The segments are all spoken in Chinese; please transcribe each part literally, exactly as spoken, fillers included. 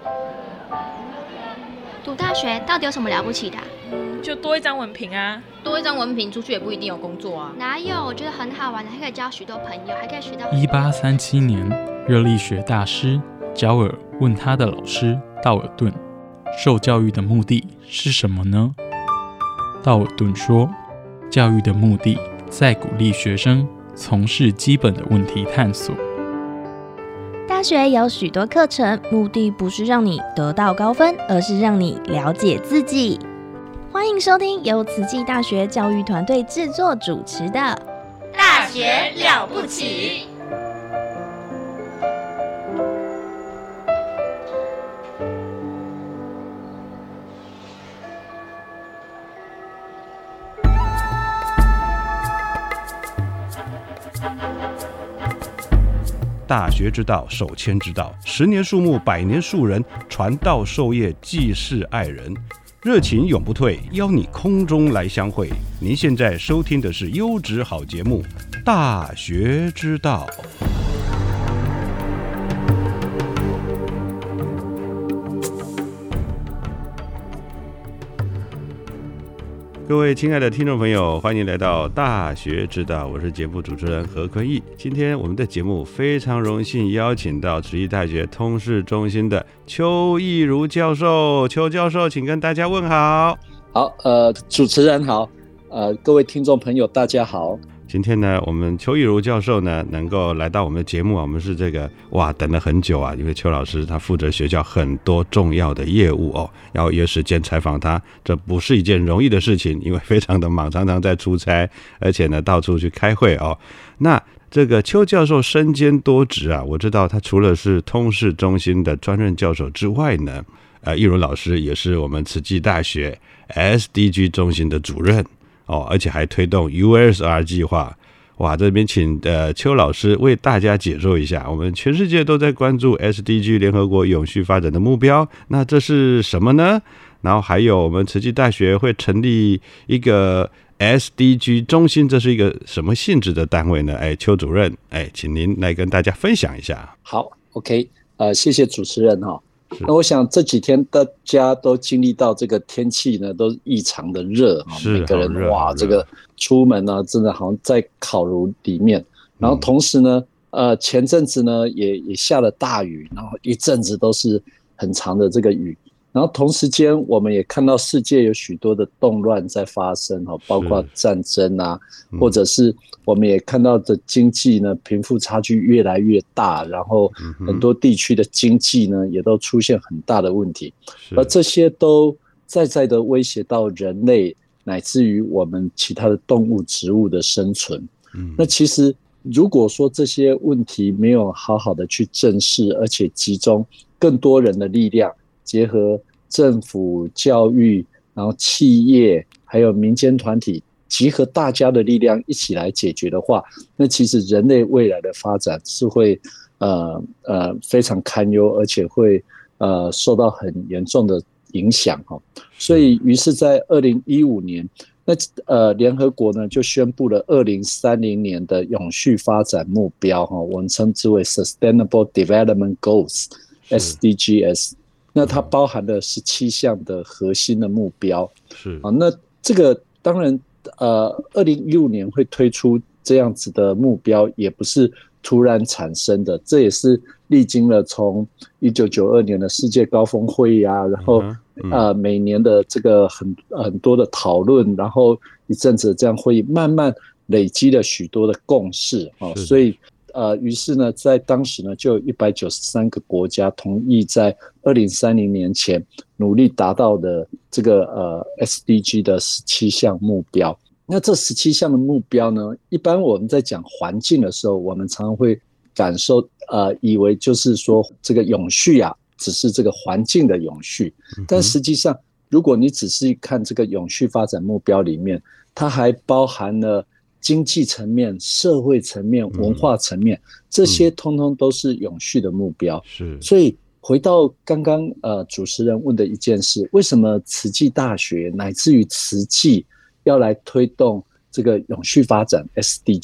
读大学到底有什么了不起的啊？ 嗯，就多一张文凭啊。 多一张文凭出去也不一定有工作啊。 哪有？我觉得很好玩的，还可以交许多朋友，还可以学到。 一八三七年，热力学大师焦耳问他的老师道尔顿，受教育的目的是什么呢？道尔顿说，教育的目的在鼓励学生从事基本的问题探索。 大学有许多课程，目的不是让你得到高分，而是让你了解自己。欢迎收听由慈济大学教育团队制作主持的《 大学了不起》。 大学之道，守谦之道。十年树木，百年树人，传道授业，济世爱人。热情永不退，邀你空中来相会。您现在收听的是优质好节目《大学之道》。各位亲爱的听众朋友，欢迎来到大学之道，我是节目主持人何坤义。今天我们的节目非常荣幸邀请到慈济大学通识中心的邱义儒教授。邱教授，请跟大家问好。 好，呃，主持人好，呃，各位听众朋友大家好。 今天呢，我们邱义儒教授呢能够来到我们的节目啊，我们是这个哇等了很久啊，因为邱老师他负责学校很多重要的业务哦，要约时间采访他，这不是一件容易的事情，因为非常的忙，常常在出差，而且呢到处去开会哦。那这个邱教授身兼多职啊，我知道他除了是通识中心的专任教授之外呢，呃，义儒老师也是我们慈济大学 S D G 中心的主任。哦，而且还推动 U S R 计划。哇，这边请呃邱老师为大家解说一下，我们全世界都在关注 S D G 联合国永续发展的目标，那这是什么呢？然后还有我们慈济大学会成立一个 S D G 中心，这是一个什么性质的单位呢？哎，邱主任，哎，请您来跟大家分享一下。 好 ，OK， 呃，谢谢主持人哈。那我想这几天大家都经历到这个天气呢，都异常的热，每个人哇，这个出门呢，真的好像在烤炉里面。然后同时呢，呃，前阵子呢也也下了大雨，然后一阵子都是很长的这个雨。然后同时间，我们也看到世界有许多的动乱在发生，包括战争啊，或者是我们也看到的经济呢，贫富差距越来越大，然后很多地区的经济呢，也都出现很大的问题，而这些都在在的威胁到人类，乃至于我们其他的动物、植物的生存。那其实如果说这些问题没有好好的去正视，而且集中更多人的力量，结合政府、教育，然后企业，还有民间团体，集合大家的力量一起来解决的话，那其实人类未来的发展是会呃呃非常堪忧，而且会呃受到很严重的影响哈。所以，于是在二零一五年，那呃联合国呢就宣布了二零三零年的永续发展目标哈，我们称之为 Sustainable Development Goals。S D Gs， 那它包含了十七项的核心的目标。是啊，那这个当然，呃，二零一五年会推出这样子的目标，也不是突然产生的，这也是历经了从一九九二年的世界高峰会议啊，然后、嗯嗯、呃每年的这个很很多的讨论，然后一阵子的这样会议，慢慢累积了许多的共识啊，所以。呃，于是呢，在当时呢，就有一百九十三个国家同意在二零三零年前努力达到的这个呃 S D G 的十七项目标。那这十七项的目标呢，一般我们在讲环境的时候，我们常常会感受呃，以为就是说这个永续啊，只是这个环境的永续，但实际上，如果你仔细看这个永续发展目标里面，它还包含了经济层面、社会层面、文化层面，这些通通都是永续的目标。是，所以回到刚刚呃主持人问的一件事，为什么慈济大学乃至于慈济要来推动这个永续发展 S D G？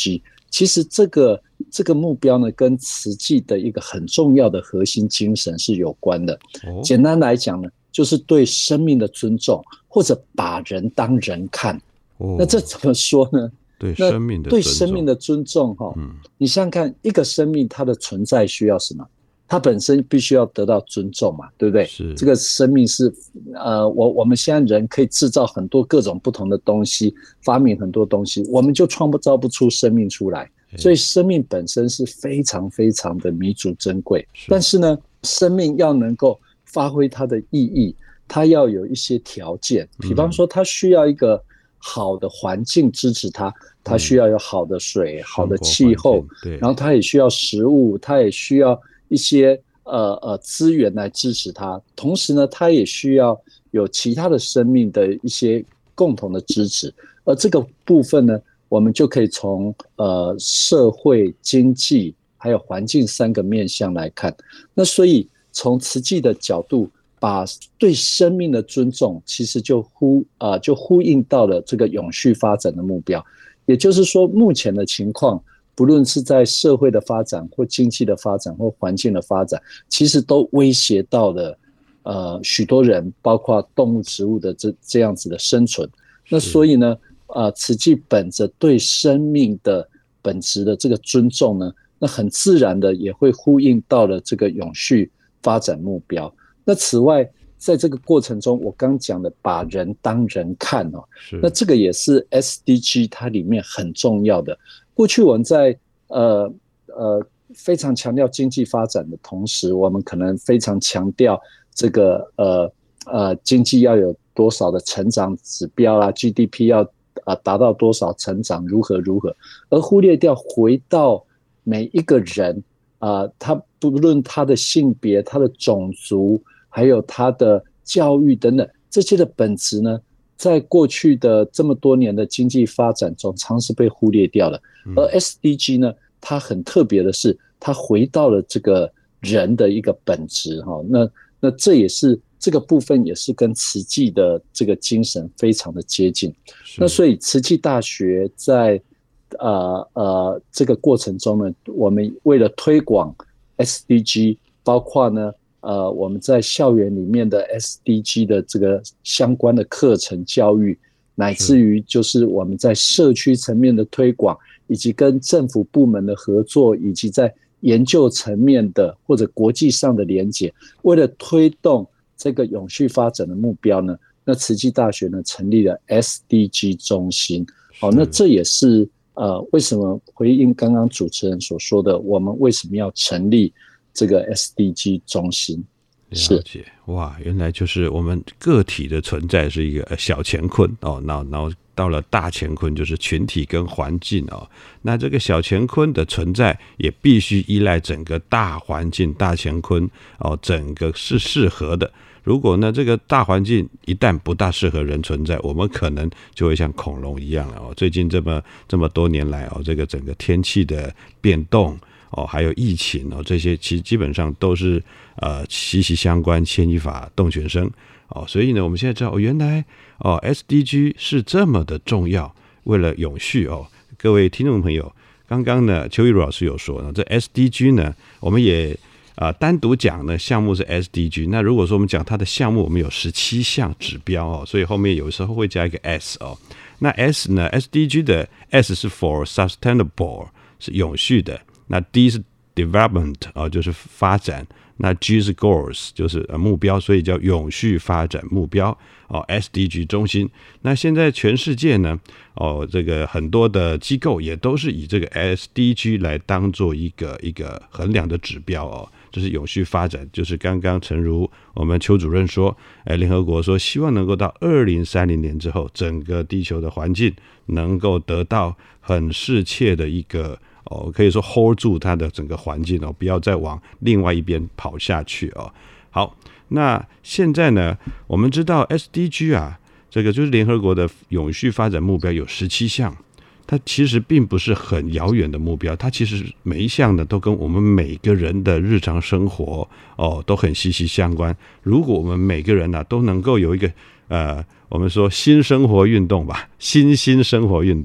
其实这个这个目标呢，跟慈济的一个很重要的核心精神是有关的。哦、简单来讲呢，就是对生命的尊重，或者把人当人看。哦、那这怎么说呢？ 对生命的尊重， 对生命的尊重哈、嗯，你想想看，一个生命它的存在需要什么？它本身必须要得到尊重嘛，对不对？是这个生命是呃，我我们现在人可以制造很多各种不同的东西，发明很多东西，我们就创造不出生命出来。所以生命本身是非常非常的弥足珍贵。但是呢，生命要能够发挥它的意义，它要有一些条件，比方说它需要一个好的环境支持它，它需要有好的水、嗯、好的气候，然后它也需要食物，它也需要一些呃呃资源来支持它。同时呢，它也需要有其他的生命的一些共同的支持。而这个部分呢，我们就可以从呃社会、经济还有环境三个面向来看。那所以从慈济的角度，把对生命的尊重，其实就呼啊、呃、就呼应到了这个永续发展的目标。也就是说，目前的情况，不论是在社会的发展，或经济的发展，或环境的发展，其实都威胁到了呃许多人，包括动物、植物的这这样子的生存。那所以呢，呃，慈济本着对生命的本质的这个尊重呢，那很自然的也会呼应到了这个永续发展目标。那此外，在这个过程中，我刚讲的把人当人看哦，那这个也是 S D G 它里面很重要的。过去我们在呃呃非常强调经济发展的同时，我们可能非常强调这个呃呃经济要有多少的成长指标啦 ，G D P 要啊达到多少成长，如何如何，而忽略掉回到每一个人啊、呃，他不论他的性别、他的种族，还有他的教育等等这些的本质呢，在过去的这么多年的经济发展中，常是被忽略掉了。而 S D G 呢，它很特别的是，它回到了这个人的一个本质哈。那那这也是这个部分，也是跟慈济的这个精神非常的接近。那所以慈济大学在呃呃这个过程中呢，我们为了推广 S D G， 包括呢。呃，我们在校园里面的 S D G 的这个相关的课程教育，乃至于就是我们在社区层面的推广，以及跟政府部门的合作，以及在研究层面的或者国际上的连结，为了推动这个永续发展的目标呢，那慈济大学呢成立了 S D G 中心。好，那这也是呃为什么回应刚刚主持人所说的，我们为什么要成立这个 S D G 中心。 了解，哇，原来就是我们个体的存在是一个小乾坤哦，然后然后到了大乾坤就是群体跟环境哦，那这个小乾坤的存在也必须依赖整个大环境大乾坤哦，整个是适合的。如果呢这个大环境一旦不大适合人存在，我们可能就会像恐龙一样了哦。最近这么这么多年来哦，这个整个天气的变动。哦，还有疫情哦，这些其实基本上都是呃息息相关，牵一发动全身哦。所以呢，我们现在知道，哦、原来哦 S D G 是这么的重要，为了永续哦。各位听众朋友，刚刚呢邱玉茹老师有说呢，这 S D G 呢，我们也啊、呃、单独讲呢项目是 S D G。那如果说我们讲它的项目，我们有十七项指标哦，所以后面有时候会加一个 S 哦。那 S 呢 ，S D G 的 S 是 for sustainable， 是永续的。那 D 是 development 啊、哦，就是发展。那 G 是 goals， 就是目标，所以叫永续发展目标哦。S D G 中心。那现在全世界呢，哦，这个很多的机构也都是以这个 S D G 来当做一个一个衡量的指标哦。这是永续发展，就是刚刚诚如我们邱主任说，哎，联合国说希望能够到二零三零年之后，整个地球的环境能够得到很适切的一个。哦，可以说 hold 住它的整个环境哦，不要再往另外一边跑下去哦。好，那现在呢，我们知道 S D G 啊，这个就是联合国的永续发展目标有十七项，它其实并不是很遥远的目标，它其实每一项呢都跟我们每个人的日常生活哦都很息息相关。如果我们每个人呢、啊、都能够有一个呃，我们说新生活运动吧，新新生活运动。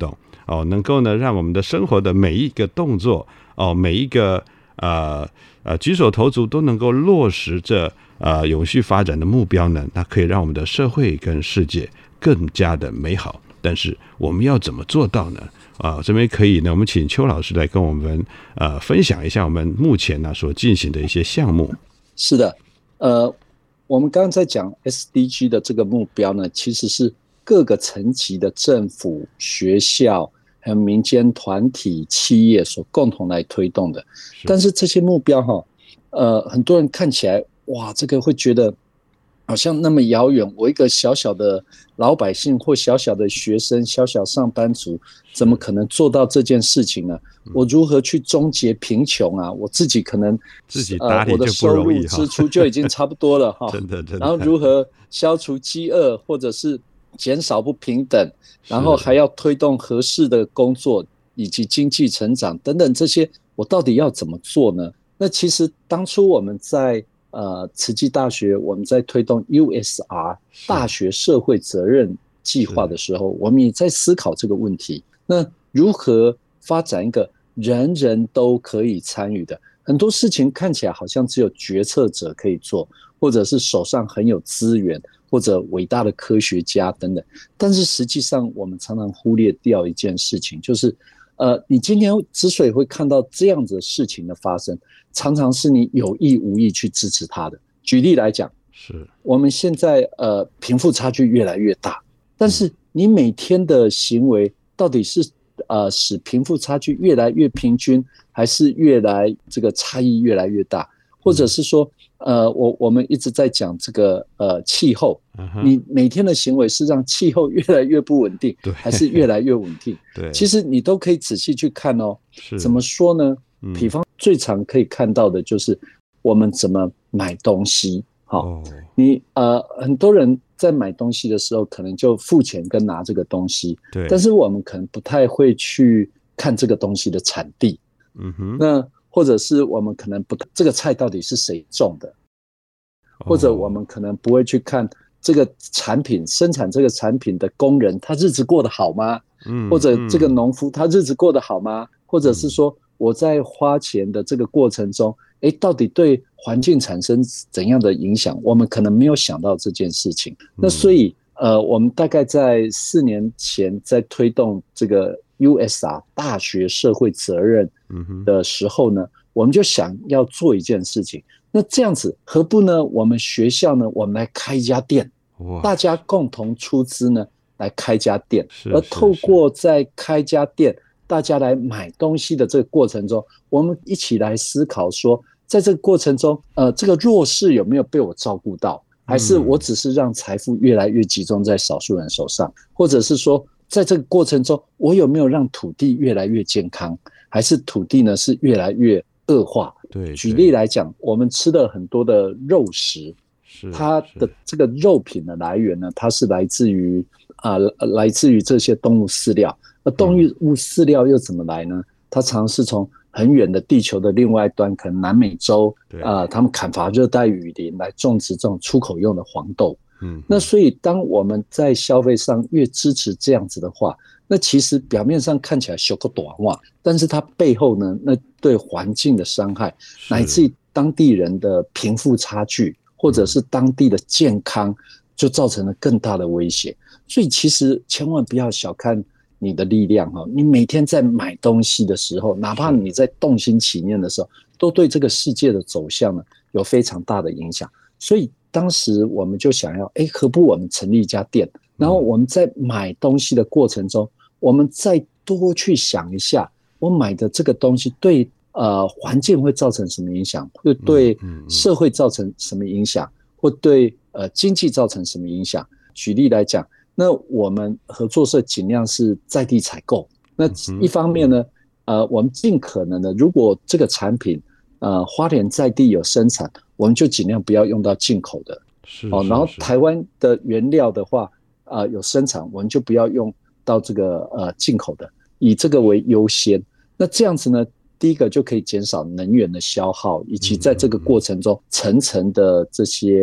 哦，能够呢让我们的生活的每一个动作哦，每一个呃呃举手投足都能够落实这呃永续发展的目标呢，那可以让我们的社会跟世界更加的美好。但是我们要怎么做到呢？啊，这边可以呢，我们请邱老师来跟我们呃分享一下我们目前呢所进行的一些项目。 是的，呃，我们刚刚在讲 S D G 的这个目标呢，其实是各个层级的政府、学校还有民间团体、企业所共同来推动的。但是这些目标哈，呃，很多人看起来哇，这个会觉得好像那么遥远，我一个小小的老百姓或小小的学生、小小上班族，怎么可能做到这件事情呢？我如何去终结贫穷啊？我自己可能自己打理就不容易， 呃、我的收入支出就已经差不多了哈。 真的真的。 然后如何消除饥饿，或者是减少不平等，然后还要推动合适的工作以及经济成长等等这些，我到底要怎么做呢？那其实当初我们在呃，慈济大学我们在推动 U S R 大学社会责任计划的时候，我们也在思考这个问题。那如何发展一个人人都可以参与的？很多事情看起来好像只有决策者可以做，或者是手上很有资源，或者伟大的科学家等等。但是实际上，我们常常忽略掉一件事情，就是呃，你今天之所以会看到这样子的事情的发生，常常是你有意无意去支持它的。举例来讲， 是我们现在呃贫富差距越来越大，但是你每天的行为到底是呃使贫富差距越来越平均，还是越来这个差异越来越大？或者是说，呃，我我们一直在讲这个呃气候，你每天的行为是让气候越来越不稳定，还是越来越稳定？ 对， 其实你都可以仔细去看哦。怎么说呢？嗯、比方最常可以看到的就是我们怎么买东西。好、哦，你呃很多人在买东西的时候，可能就付钱跟拿这个东西， 对， 但是我们可能不太会去看这个东西的产地。 嗯哼， 那或者是我们可能不这个菜到底是谁种的，或者我们可能不会去看这个产品生产这个产品的工人他日子过得好吗？嗯，或者这个农夫他日子过得好吗？或者是说我在花钱的这个过程中，诶，到底对环境产生怎样的影响？我们可能没有想到这件事情。那所以呃，我们大概在四年前在推动这个 U S R 大学社会责任的时候呢，我们就想要做一件事情。那这样子何不呢？我们学校呢，我们来开一家店，大家共同出资呢来开一家店，而透过在开一家店，大家来买东西的这个过程中，我们一起来思考说，在这个过程中，呃，这个弱势有没有被我照顾到？还是我只是让财富越来越集中在少数人手上？或者是说，在这个过程中，我有没有让土地越来越健康？还是土地呢是越来越恶化？ 对， 举例来讲，我们吃的很多的肉食，它的这个肉品的来源呢，它是来自于啊、呃，来自于这些动物饲料。而动物饲料又怎么来呢？它常是从很远的地球的另外一端，可能南美洲啊、呃，他们砍伐热带雨林来种植这种出口用的黄豆。嗯，那所以当我们在消费上越支持这样子的话，那其实表面上看起来小个短话，但是它背后呢，那对环境的伤害，乃至于当地人的贫富差距，或者是当地的健康，就造成了更大的威胁。所以其实千万不要小看你的力量哈！你每天在买东西的时候，哪怕你在动心起念的时候，都对这个世界的走向呢有非常大的影响。所以当时我们就想要，哎，何不我们成立一家店？然后我们在买东西的过程中，我们再多去想一下，我买的这个东西对呃环境会造成什么影响，会对社会造成什么影响，或对呃经济造成什么影响。举例来讲，那我们合作社尽量是在地采购。那一方面呢，呃，我们尽可能的，如果这个产品呃花莲在地有生产，我们就尽量不要用到进口的。 是哦，然后台湾的原料的话，呃，有生产，我们就不要用到这个呃进口的，以这个为优先。那这样子呢，第一个就可以减少能源的消耗，以及在这个过程中层层的这些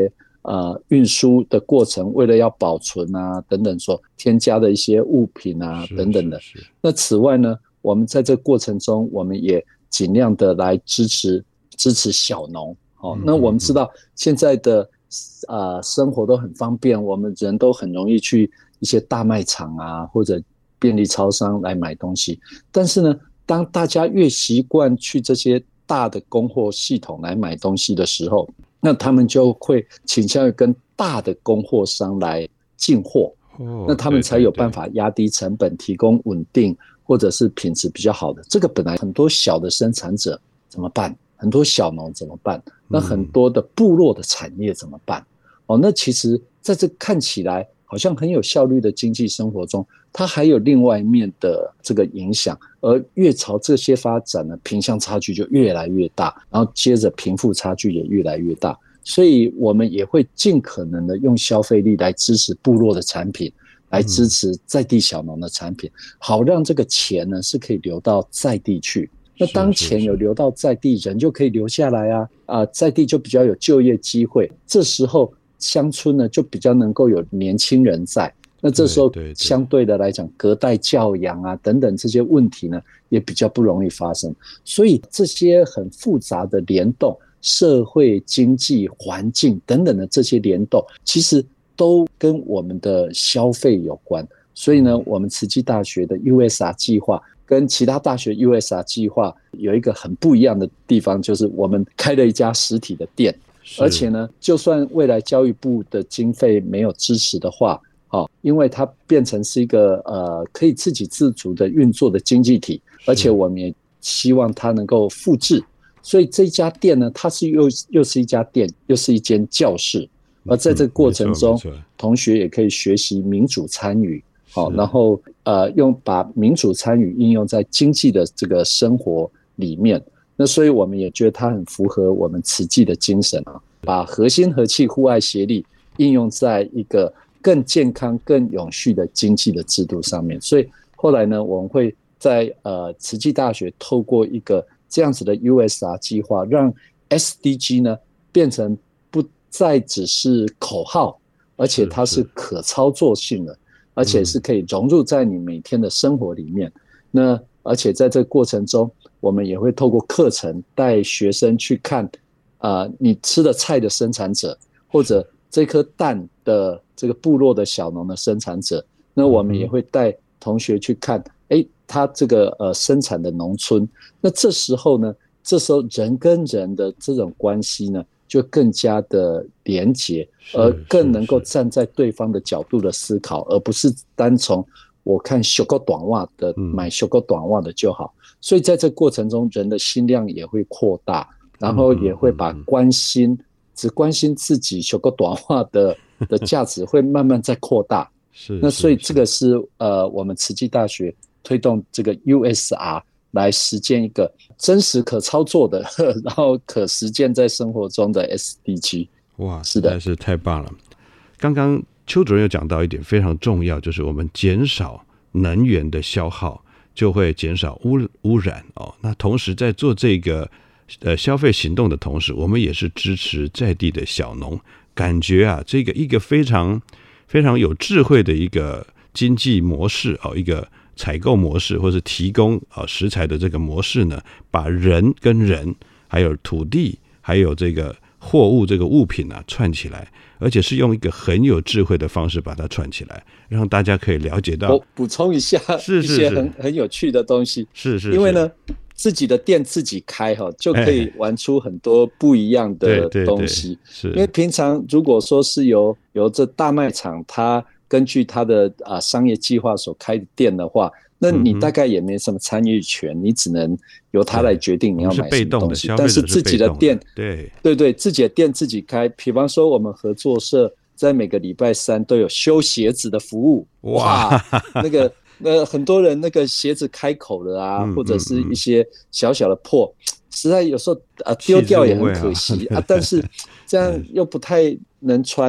呃运输的过程，为了要保存啊等等所添加的一些物品啊等等的。那此外呢，我们在这个过程中，我们也尽量的来支持支持小农。哦，那我们知道现在的呃生活都很方便，我们人都很容易去一些大卖场啊或者便利超商来买东西，但是呢，当大家越习惯去这些大的供货系统来买东西的时候，那他们就会倾向于跟大的供货商来进货，哦，那他们才有办法压低成本，提供稳定或者是品质比较好的。这个本来很多小的生产者怎么办？很多小农怎么办？那很多的部落的产业怎么办？嗯，哦，那其实在这看起来好像很有效率的经济生活中，它还有另外一面的这个影响，而越朝这些发展呢，贫乡差距就越来越大，然后接着贫富差距也越来越大，所以我们也会尽可能的用消费力来支持部落的产品，来支持在地小农的产品，好让这个钱呢是可以流到在地去。那当钱有流到在地，人就可以留下来啊，啊，在地就比较有就业机会，这时候乡村呢就比较能够有年轻人在，那这时候相对的来讲，隔代教养啊等等这些问题呢也比较不容易发生。所以这些很复杂的联动，社会经济环境等等的这些联动，其实都跟我们的消费有关。所以呢，我们慈济大学的 U S R 计划跟其他大学 U S R 计划有一个很不一样的地方，就是我们开了一家实体的店，而且呢，就算未来教育部的经费没有支持的话，哦，因为它变成是一个呃可以自给自足的运作的经济体，而且我们也希望它能够复制，所以这家店呢，它是又又是一家店，又是一间教室，而在这个过程中，嗯，同学也可以学习民主参与。好，然后呃，用把民主参与应用在经济的这个生活里面，那所以我们也觉得它很符合我们慈济的精神啊，把核心和气互爱协力应用在一个更健康、更永续的经济的制度上面。所以后来呢，我们会在呃慈济大学透过一个这样子的 U S R 计划，让 S D G 呢变成不再只是口号，而且它是可操作性的。而且是可以融入在你每天的生活里面，那而且在这个过程中，我们也会透过课程带学生去看，呃，你吃的菜的生产者，或者这颗蛋的这个部落的小农的生产者，那我们也会带同学去看，哎，他这个呃生产的农村，那这时候呢，这时候人跟人的这种关系呢，就更加的连结，而更能够站在对方的角度的思考，而不是单从我看修个短袜的买修个短袜的就好。所以在这个过程中，人的心量也会扩大，然后也会把关心只关心自己修个短袜的的价值会慢慢在扩大。是，那所以这个是呃我们慈济大学推动这个 U S R。来实践一个真实可操作的，然后可实践在生活中的 S D G。 哇，实在是太棒了。刚刚邱主任有讲到一点非常重要，就是我们减少能源的消耗，就会减少污污染哦。那同时在做这个呃消费行动的同时，我们也是支持在地的小农，感觉啊，这个一个非常非常有智慧的一个经济模式哦，一个采购模式或是提供食材的这个模式呢，把人跟人还有土地还有这个货物这个物品啊串起来，而且是用一个很有智慧的方式把它串起来，让大家可以了解到。 我补充一下一些很很有趣的东西， 是是， 因为呢自己的店自己开哈，就可以玩出很多不一样的东西。是，因为平常如果说是由由这大卖场它根据他的啊商业计划所开的店的话，那你大概也没什么参与权，你只能由他来决定你要买什么东西。但是自己的店，对对对，自己的店自己开。比方说，我们合作社在每个礼拜三都有修鞋子的服务。哇，那个那很多人那个鞋子开口了啊，或者是一些小小的破，实在有时候啊丢掉也很可惜啊，但是这样又不太能穿。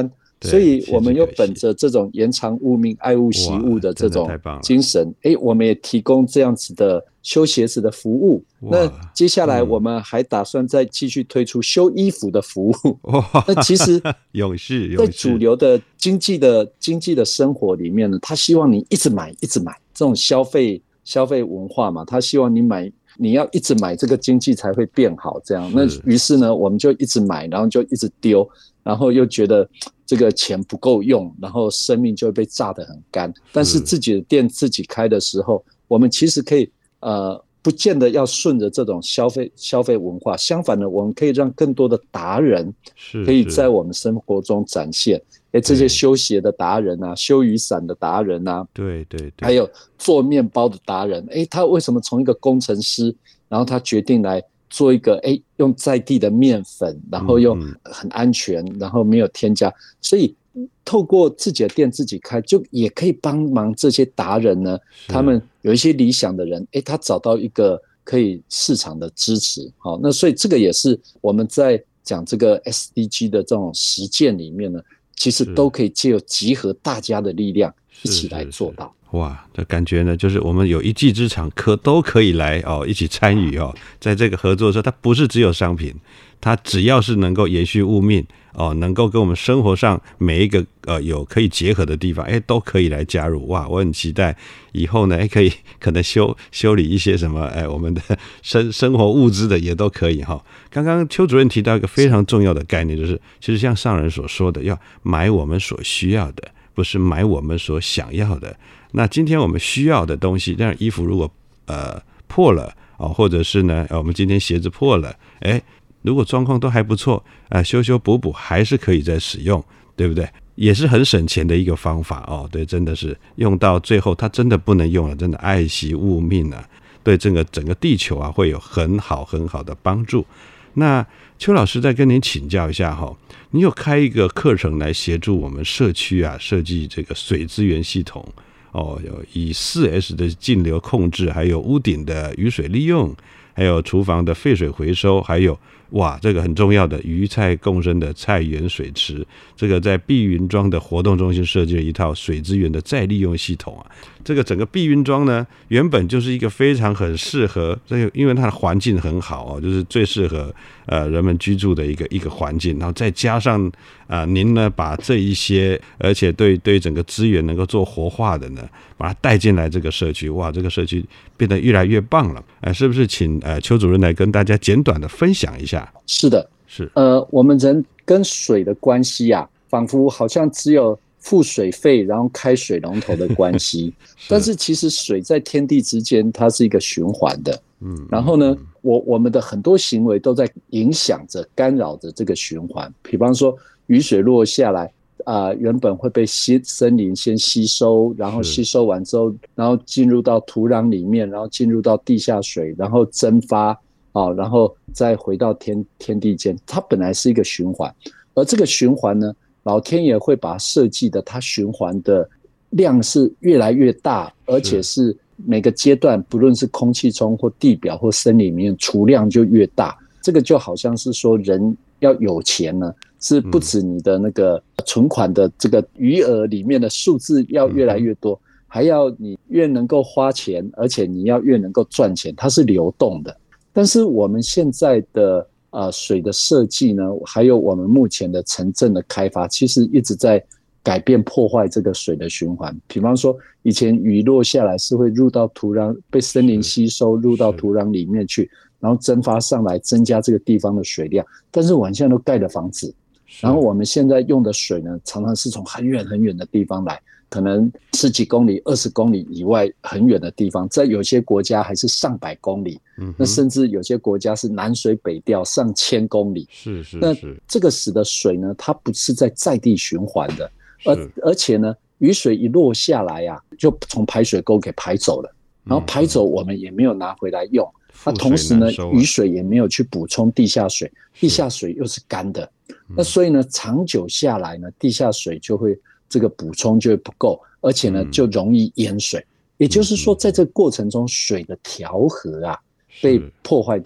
所以我们又本着这种延长物命、爱物惜物的这种精神，哎，我们也提供这样子的修鞋子的服务。那接下来我们还打算再继续推出修衣服的服务。那其实勇士在主流的经济的经济的生活里面呢，他希望你一直买一直买，这种消费消费文化嘛，他希望你买，你要一直买，这个经济才会变好这样。那于是呢，我们就一直买，然后就一直丢，然后又觉得这个钱不够用，然后生命就会被榨得很干。但是自己的店自己开的时候，我们其实可以呃，不见得要顺着这种消费消费文化，相反的，我们可以让更多的达人可以在我们生活中展现。哎，这些修鞋的达人啊，修雨伞的达人啊， 对对对， 还有做面包的达人，哎，他为什么从一个工程师，然后他决定来做一个哎用在地的面粉，然后又很安全，嗯、然后没有添加，所以透过自己的店自己开，就也可以帮忙这些达人呢。他们有一些理想的人，哎，他找到一个可以市场的支持，好，那所以这个也是我们在讲这个 S D G 的这种实践里面呢。其实都可以借由集合大家的力量一起来做到。 是是是，哇，这感觉呢，就是我们有一技之长，可都可以来哦，一起参与哦。在这个合作的时候，它不是只有商品，它只要是能够延续物命哦，能够跟我们生活上每一个呃有可以结合的地方，哎，都可以来加入。哇，我很期待以后呢，哎，可以可能修修理一些什么，哎，我们的生生活物资的也都可以哈。刚刚邱主任提到一个非常重要的概念，就是其实像上人所说的，要买我们所需要的，不是买我们所想要的。那今天我们需要的东西，像衣服如果呃破了哦，或者是呢，我们今天鞋子破了，哎，如果状况都还不错，啊、呃，修修补补还是可以再使用，对不对？也是很省钱的一个方法哦。对，真的是用到最后，它真的不能用了，真的爱惜物命啊，对整个整个地球啊会有很好很好的帮助。那邱老师再跟您请教一下哈，你有开一个课程来协助我们社区啊设计这个水资源系统哦，有以 四 S 的径流控制，还有屋顶的雨水利用，还有厨房的废水回收，还有哇，这个很重要的鱼菜共生的菜园水池，这个在碧云庄的活动中心设计了一套水资源的再利用系统啊。这个整个碧云庄呢，原本就是一个非常很适合这个，因为它的环境很好哦，就是最适合呃人们居住的一个一个环境，然后再加上啊、呃，您呢把这一些，而且对对整个资源能够做活化的呢，把它带进来这个社区，哇，这个社区变得越来越棒了。哎、呃，是不是请呃邱主任来跟大家简短的分享一下？ 是的， 是呃，我们人跟水的关系啊，仿佛好像只有付水费，然后开水龙头的关系，但是其实水在天地之间，它是一个循环的。嗯，然后呢，我我们的很多行为都在影响着、干扰着这个循环。比方说，雨水落下来，啊、呃，原本会被吸森林先吸收，然后吸收完之后，然后进入到土壤里面，然后进入到地下水，然后蒸发啊、哦，然后再回到天天地间。它本来是一个循环，而这个循环呢，老天爷会把它设计的，它循环的量是越来越大，而且是每个阶段，不论是空气中或地表或森林里面，储量就越大。这个就好像是说，人要有钱呢，是不止你的那个存款的这个余额里面的数字要越来越多，还要你越能够花钱，而且你要越能够赚钱，它是流动的。但是我们现在的呃，水的设计呢，还有我们目前的城镇的开发，其实一直在改变破坏这个水的循环。比方说，以前雨落下来是会入到土壤，被森林吸收，入到土壤里面去，然后蒸发上来，增加这个地方的水量。但是我们现在都盖了房子，然后我们现在用的水呢，常常是从很远很远的地方来，可能十几公里、二十公里以外很远的地方，在有些国家还是上百公里，嗯、那甚至有些国家是南水北调，上千公里。 是是是。 那这个使得水呢，它不是在在地循环的，而而且呢，雨水一落下来啊，就从排水沟给排走了，然后排走我们也没有拿回来用。那、嗯、同时呢，雨水也没有去补充地下水，地下水又是干的，那所以呢，长久下来呢，地下水就会。这个补充就会不够，而且呢就容易淹水。也就是说，在这个过程中，水的调和啊被破坏掉。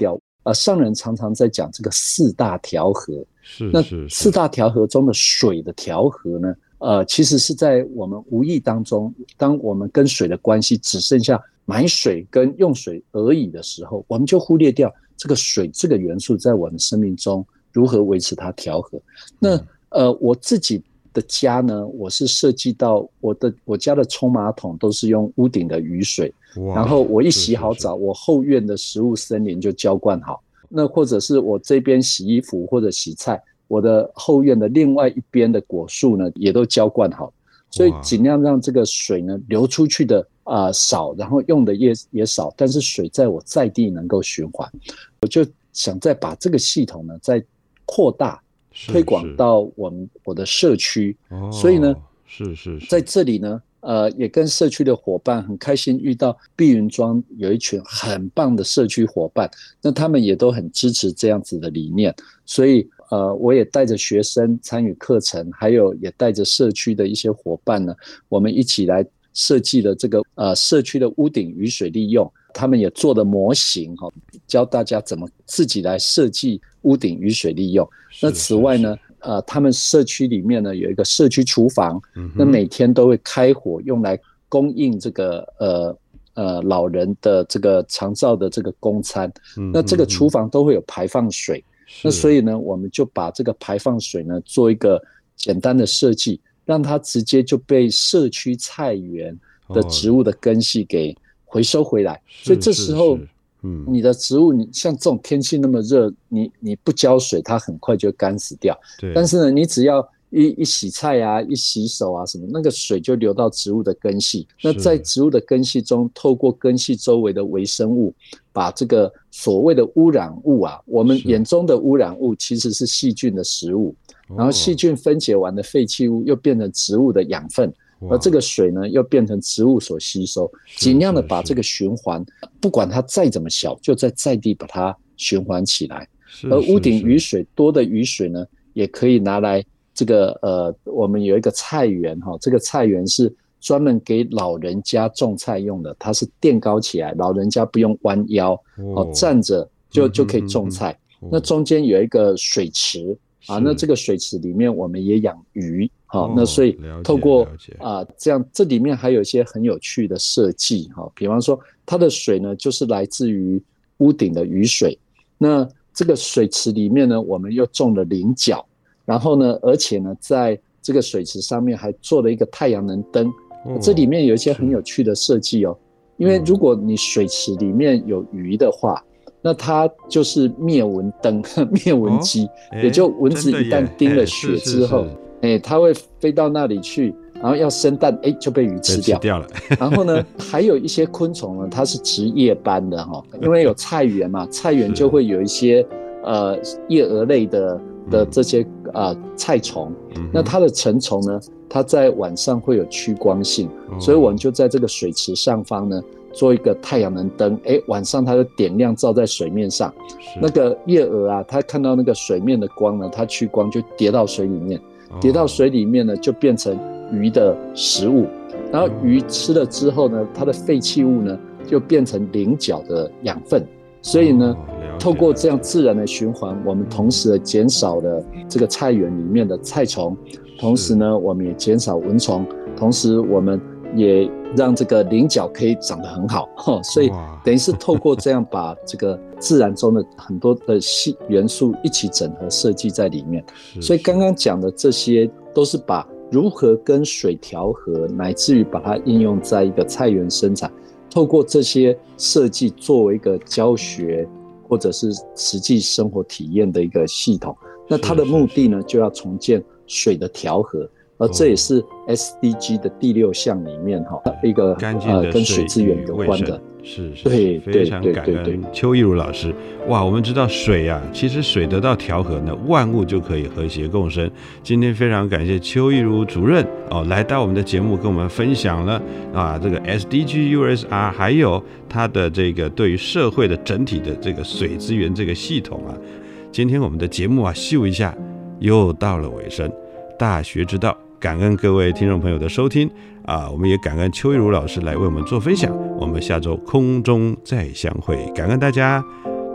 呃，上人常常在讲这个四大调和。 是， 那是四大调和中的水的调和呢，呃，其实是在我们无意当中，当我们跟水的关系只剩下买水跟用水而已的时候，我们就忽略掉这个水这个元素在我们生命中如何维持它调和。那呃，我自己的家呢，我是设计到我的我家的冲马桶都是用屋顶的雨水，然后我一洗好澡，我后院的食物森林就浇灌好。那或者是我这边洗衣服或者洗菜，我的后院的另外一边的果树呢，也都浇灌好，所以尽量让这个水呢流出去的啊、呃、少，然后用的也也少，但是水在我在地能够循环。我就想再把这个系统呢再扩大推广到我们我的社区，所以呢， 是是是，在这里呢。呃，也跟社区的伙伴很开心，遇到碧云庄有一群很棒的社区伙伴，那他们也都很支持这样子的理念，所以呃，我也带着学生参与课程，还有也带着社区的一些伙伴呢，我们一起来设计了这个呃社区的屋顶雨水利用，他们也做了模型哈、哦，教大家怎么自己来设计屋顶雨水利用。那此外呢？呃，他们社区里面呢有一个社区厨房，嗯、那每天都会开火，用来供应这个呃呃老人的这个长照的这个供餐。嗯、那这个厨房都会有排放水，那所以呢，我们就把这个排放水呢做一个简单的设计，让它直接就被社区菜园的植物的根系给回收回来。哦、所以这时候。是是是嗯，你的植物，你像这种天气那么热，你你不浇水，它很快就干死掉。对。但是呢，你只要一一洗菜啊，一洗手啊什么，那个水就流到植物的根系。那在植物的根系中，透过根系周围的微生物，把这个所谓的污染物啊，我们眼中的污染物其实是细菌的食物，然后细菌分解完的废弃物又变成植物的养分。而这个水呢，又变成植物所吸收，尽量的把这个循环，不管它再怎么小，就在在地把它循环起来。而屋顶雨水多的雨水呢，也可以拿来这个呃，我们有一个菜园哈，这个菜园是专门给老人家种菜用的，它是垫高起来，老人家不用弯腰哦，站着就就可以种菜。那中间有一个水池啊，那这个水池里面我们也养鱼。好、哦，那所以透过啊、呃、这样，这里面还有一些很有趣的设计哈、哦，比方说它的水呢就是来自于屋顶的雨水，那这个水池里面呢，我们又种了菱角，然后呢，而且呢，在这个水池上面还做了一个太阳能灯，哦、这里面有一些很有趣的设计哦，因为如果你水池里面有鱼的话，那它就是灭蚊灯、灭蚊机，哦、也就蚊子一旦叮了血之后。哎、欸，它会飞到那里去，然后要生蛋，哎、欸，就被鱼吃掉。 吃掉了。 然后呢，还有一些昆虫呢，它是值夜班的哈，因为有菜园嘛，菜园就会有一些呃叶蛾类的的这些啊、呃、菜虫，嗯、那它的成虫呢，它在晚上会有趋光性，哦、所以我们就在这个水池上方呢做一个太阳能灯，哎，晚上它就点亮照在水面上，那个叶蛾啊，它看到那个水面的光呢，它趋光就跌到水里面。跌到水里面呢，就变成鱼的食物，然后鱼吃了之后呢，它的废弃物呢就变成菱角的养分，所以呢，透过这样自然的循环，我们同时的减少了这个菜园里面的菜虫，同时呢，我们也减少蚊虫，同时我们也让这个菱角可以长得很好，所以等于是透过这样把这个自然中的很多的细元素一起整合设计在里面。所以刚刚讲的这些都是把如何跟水调和，乃至于把它应用在一个菜园生产，透过这些设计作为一个教学或者是实际生活体验的一个系统。那它的目的呢，就要重建水的调和。而这也是 S D G 的第六项里面哈一个呃跟水资源有关的， 是是， 对， 非常感恩邱义儒老师。哇，我们知道水啊，其实水得到调和呢，万物就可以和谐共生。今天非常感谢邱义儒主任哦，来到我们的节目跟我们分享了啊这个 S D G U S R 还有他的这个对于社会的整体的这个水资源这个系统啊。今天我们的节目啊，秀一下又到了尾声，大学之道。感恩各位听众朋友的收听啊，我们也感恩邱义儒老师来为我们做分享，我们下周空中再相会，感恩大家，拜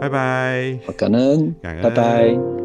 拜拜， 感恩， 感恩， 拜拜。